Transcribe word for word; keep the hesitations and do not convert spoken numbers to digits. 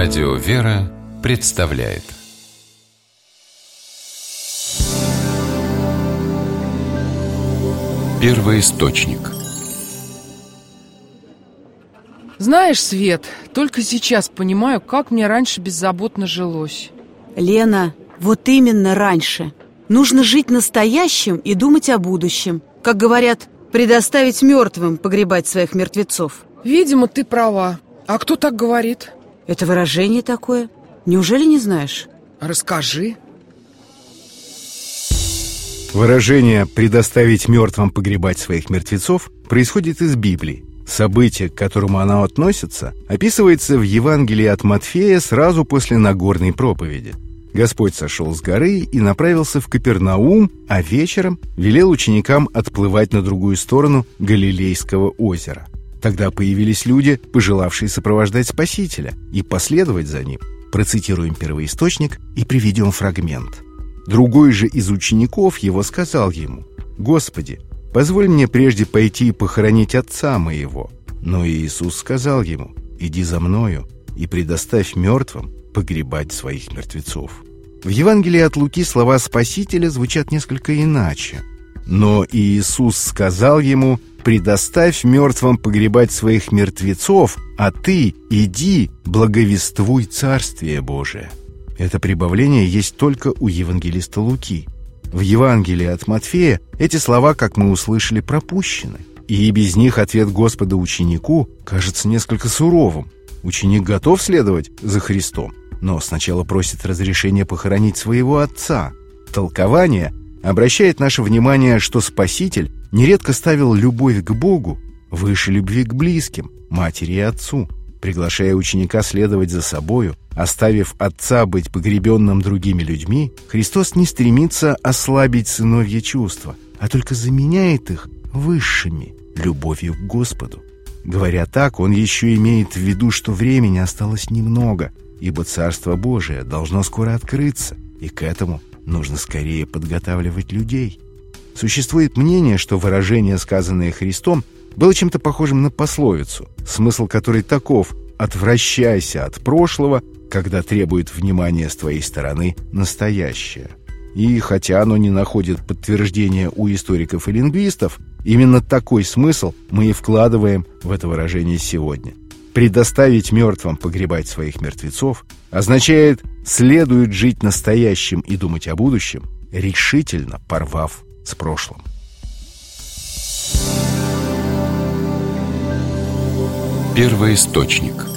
Радио «Вера» представляет Первоисточник. Знаешь, Свет, только сейчас понимаю, как мне раньше беззаботно жилось. Лена, вот именно раньше. Нужно жить настоящим и думать о будущем. Как говорят, предоставить мертвым погребать своих мертвецов. Видимо, ты права. А кто так говорит? Это выражение такое. Неужели не знаешь? Расскажи. Выражение «предоставить мертвым погребать своих мертвецов» происходит из Библии. Событие, к которому оно относится, описывается в Евангелии от Матфея сразу после Нагорной проповеди. Господь сошел с горы и направился в Капернаум, а вечером велел ученикам отплывать на другую сторону Галилейского озера. Тогда появились люди, пожелавшие сопровождать Спасителя и последовать за ним. Процитируем первоисточник и приведем фрагмент. Другой же из учеников его сказал ему: «Господи, позволь мне прежде пойти и похоронить отца моего». Но Иисус сказал ему: «Иди за мною и предоставь мертвым погребать своих мертвецов». В Евангелии от Луки слова Спасителя звучат несколько иначе. Но Иисус сказал ему: «Предоставь мертвым погребать своих мертвецов, а ты иди, благовествуй Царствие Божие». Это прибавление есть только у евангелиста Луки. В Евангелии от Матфея эти слова, как мы услышали, пропущены. И без них ответ Господа ученику кажется несколько суровым. Ученик готов следовать за Христом, но сначала просит разрешения похоронить своего отца. Толкование обращает наше внимание, что Спаситель нередко ставил любовь к Богу выше любви к близким, матери и отцу, приглашая ученика следовать за собою. Оставив отца быть погребенным другими людьми, Христос не стремится ослабить сыновье чувства, а только заменяет их высшими — любовью к Господу. Говоря так, он еще имеет в виду, что времени осталось немного, ибо Царство Божие должно скоро открыться, и к этому нужно скорее подготавливать людей. Существует мнение, что выражение, сказанное Христом, было чем-то похожим на пословицу, смысл которой таков: «Отвращайся от прошлого, когда требует внимания с твоей стороны настоящее». И хотя оно не находит подтверждения у историков и лингвистов, именно такой смысл мы и вкладываем в это выражение сегодня. Предоставить мертвым погребать своих мертвецов означает следует жить настоящим и думать о будущем, решительно порвав с прошлым. Первоисточник.